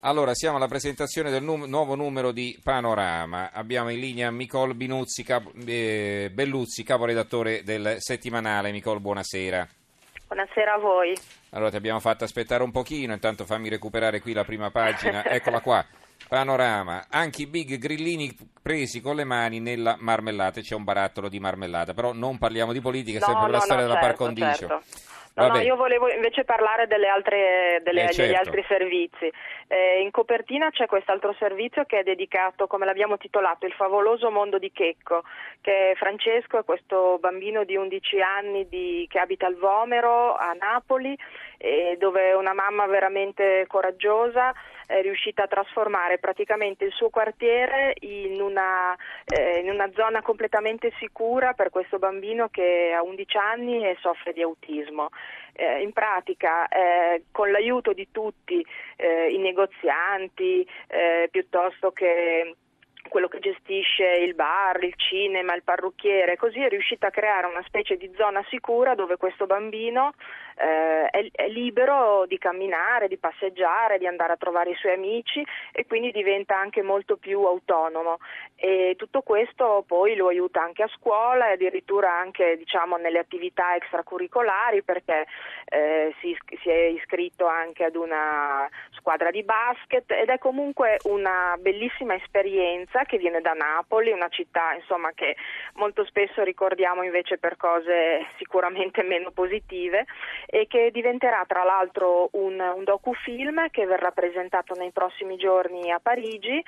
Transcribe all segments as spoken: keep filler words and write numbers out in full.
Allora, siamo alla presentazione del num- nuovo numero di Panorama. Abbiamo in linea Micol Binuzzi, cap- eh, Belluzzi, caporedattore del settimanale. Micol, buonasera. Buonasera a voi. Allora, ti abbiamo fatto aspettare un pochino, intanto fammi recuperare qui la prima pagina. Eccola qua. Panorama, anche i big grillini presi con le mani nella marmellata, c'è un barattolo di marmellata, però non parliamo di politica, è No, sempre no, la storia no, della par certo, condicio. certo. No, no, Vabbè. io volevo invece parlare delle altre, delle- Eh, degli certo. altri servizi. Eh, in copertina c'è quest'altro servizio che è dedicato, come l'abbiamo titolato, Il favoloso mondo di Checco, che Francesco è questo bambino di undici anni di- che abita al Vomero a Napoli, eh, dove una mamma veramente coraggiosa è riuscita a trasformare praticamente il suo quartiere in una, eh, in una zona completamente sicura per questo bambino che ha undici anni e soffre di autismo. Eh, in pratica, eh, con l'aiuto di tutti eh, i negozianti, eh, piuttosto che quello che gestisce il bar, il cinema, il parrucchiere, così è riuscita a creare una specie di zona sicura dove questo bambino eh, è, è libero di camminare, di passeggiare, di andare a trovare i suoi amici e quindi diventa anche molto più autonomo. E tutto questo poi lo aiuta anche a scuola e addirittura anche, diciamo, nelle attività extracurricolari, perché eh, si, si è iscritto anche ad una squadra di basket ed è comunque una bellissima esperienza che viene da Napoli, una città insomma che molto spesso ricordiamo invece per cose sicuramente meno positive, e che diventerà tra l'altro un, un docufilm che verrà presentato nei prossimi giorni a Parigi,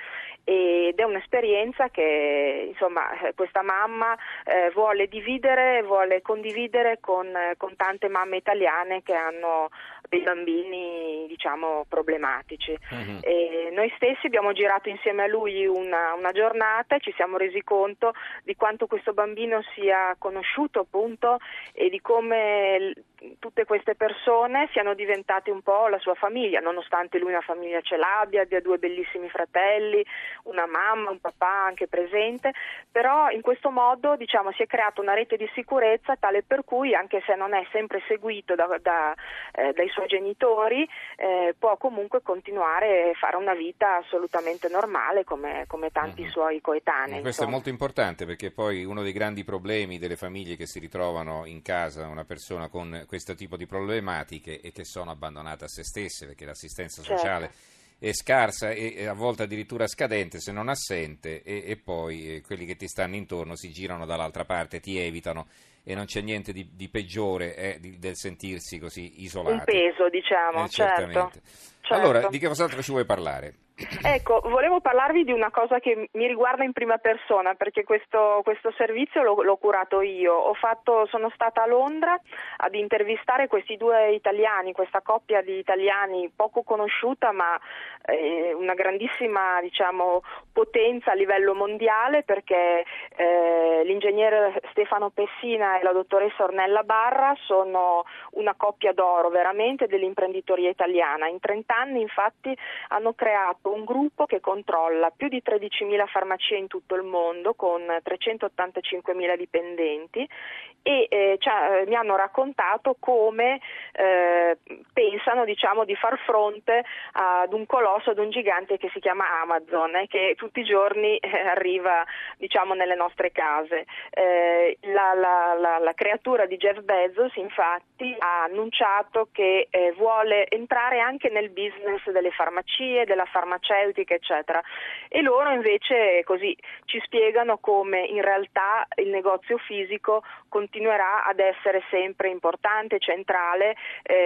ed è un'esperienza che insomma questa mamma eh, vuole dividere, vuole condividere con, con tante mamme italiane che hanno dei bambini, diciamo, problematici. Mhm. E noi stessi abbiamo girato insieme a lui una, una giornata e ci siamo resi conto di quanto questo bambino sia conosciuto, appunto, e di come l- tutte queste persone siano diventate un po' la sua famiglia, nonostante lui una famiglia ce l'abbia, abbia due bellissimi fratelli, una mamma, un papà anche presente, però in questo modo, diciamo, si è creata una rete di sicurezza tale per cui, anche se non è sempre seguito da, da, eh, dai suoi genitori, eh, può comunque continuare a fare una vita assolutamente normale come, come tanti Mhm. suoi coetanei. Questo insomma. è molto importante, perché poi uno dei grandi problemi delle famiglie che si ritrovano in casa una persona con questo tipo di problematiche è che sono abbandonate a se stesse, perché l'assistenza Certo. sociale è scarsa e e a volte addirittura scadente se non assente, e, e poi eh, quelli che ti stanno intorno si girano dall'altra parte, ti evitano, e non c'è niente di, di peggiore eh, di- del sentirsi così isolati. Un peso, diciamo, Eh, certo. certamente. certo. Allora, di che cos'altro ci vuoi parlare? Ecco, volevo parlarvi di una cosa che mi riguarda in prima persona, perché questo, questo servizio l'ho, l'ho curato io. Ho fatto, sono stata a Londra ad intervistare questi due italiani, questa coppia di italiani poco conosciuta, ma eh, una grandissima, diciamo, potenza a livello mondiale, perché eh, l'ingegnere Stefano Pessina e la dottoressa Ornella Barra sono una coppia d'oro veramente dell'imprenditoria italiana. In trenta anni infatti hanno creato un gruppo che controlla più di tredicimila farmacie in tutto il mondo con trecentottantacinquemila dipendenti, e eh, cioè, mi hanno raccontato come eh, pensano, diciamo, di far fronte ad un colosso, ad un gigante che si chiama Amazon, eh, che tutti i giorni eh, arriva, diciamo, nelle nostre case. Eh, la, la, la, la creatura di Jeff Bezos infatti ha annunciato che eh, vuole entrare anche nel business delle farmacie, della farmaceutica, eccetera, e loro invece così ci spiegano come in realtà il negozio fisico continuerà ad essere sempre importante, centrale,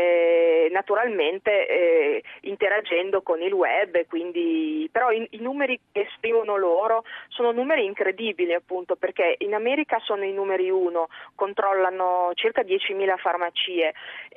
eh, naturalmente eh, interagendo con il web, quindi però i, i numeri che esprimono loro sono numeri incredibili, appunto, perché in America sono i numeri uno, controllano circa diecimila farmacie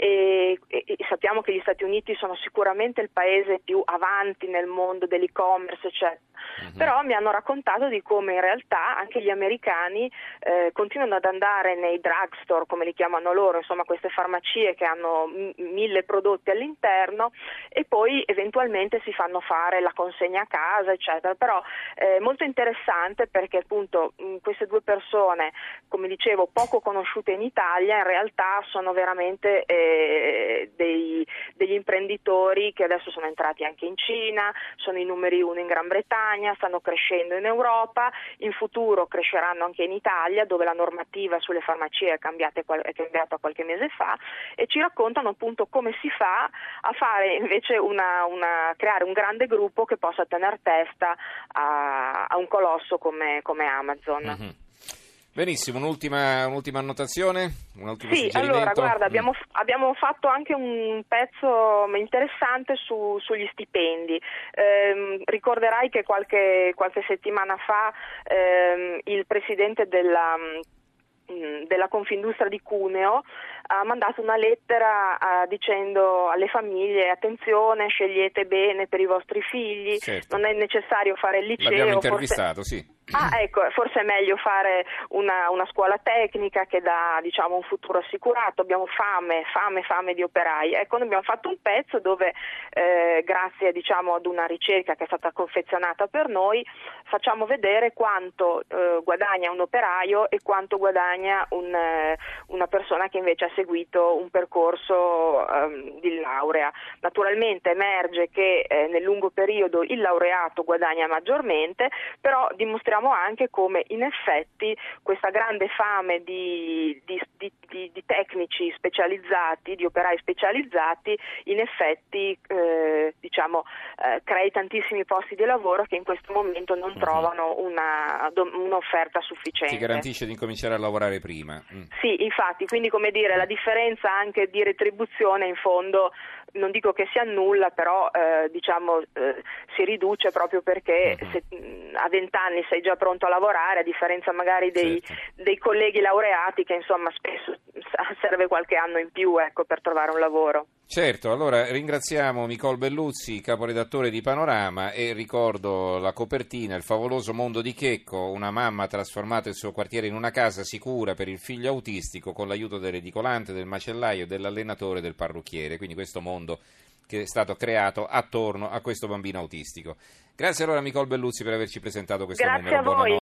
e, e, e sappiamo che gli Stati Uniti sono sicuramente il paese più avanti nel mondo dell'e-commerce, eccetera. uh-huh. Però mi hanno raccontato di come in realtà anche gli americani eh, continuano ad andare nei drugstore, come li chiamano loro, insomma queste farmacie che hanno m- mille prodotti all'interno, e poi eventualmente si fanno fare la consegna a casa, eccetera. Però è eh, molto interessante perché appunto mh, queste due persone, come dicevo, poco conosciute in Italia, in realtà sono veramente eh, dei, degli imprenditori che adesso sono entrati anche in Cina, sono i numeri uno in Gran Bretagna, stanno crescendo in Europa, in futuro cresceranno anche in Italia, dove la normativa sulle farmacie è cambiata, è cambiata qualche mese fa, e ci raccontano appunto come si fa a fare invece una, una creare un grande gruppo che possa tener testa a, a un colosso come, come Amazon. Mm-hmm. Benissimo, un'ultima, un'ultima annotazione? Un ultimo sì, allora guarda, abbiamo, mm. abbiamo fatto anche un pezzo interessante su, sugli stipendi. Eh, ricorderai che qualche, qualche settimana fa eh, il presidente della... della Confindustria di Cuneo ha mandato una lettera uh, dicendo alle famiglie: attenzione, scegliete bene per i vostri figli, certo. Non è necessario fare il liceo. L'abbiamo intervistato, forse... sì. Ah, ecco, forse è meglio fare una, una scuola tecnica che dà, diciamo, un futuro assicurato. Abbiamo fame, fame, fame di operai. Ecco, noi abbiamo fatto un pezzo dove, eh, grazie, diciamo, ad una ricerca che è stata confezionata per noi, facciamo vedere quanto eh, guadagna un operaio e quanto guadagna un, eh, una persona che invece ha seguito un percorso eh, di laurea. Naturalmente emerge che eh, nel lungo periodo il laureato guadagna maggiormente, però dimostriamo anche come in effetti questa grande fame di, di, di, di, di tecnici specializzati, di operai specializzati, in effetti eh, diciamo eh, crei tantissimi posti di lavoro che in questo momento non trovano una, un'offerta sufficiente. Ti garantisce di incominciare a lavorare prima. Mm. Sì, infatti, quindi come dire, la differenza anche di retribuzione in fondo non dico che si annulla, però eh, diciamo eh, si riduce proprio perché uh-huh. se mh, a vent'anni sei già pronto a lavorare, a differenza magari dei, certo. dei colleghi laureati che insomma spesso serve qualche anno in più, ecco, per trovare un lavoro. Certo, allora ringraziamo Micol Belluzzi, caporedattore di Panorama, e ricordo la copertina: Il favoloso mondo di Checco, una mamma ha trasformato il suo quartiere in una casa sicura per il figlio autistico con l'aiuto dell'edicolante, del macellaio, dell'allenatore e del parrucchiere. Quindi questo mondo che è stato creato attorno a questo bambino autistico. Grazie allora a Micol Belluzzi per averci presentato questo Grazie numero. A voi.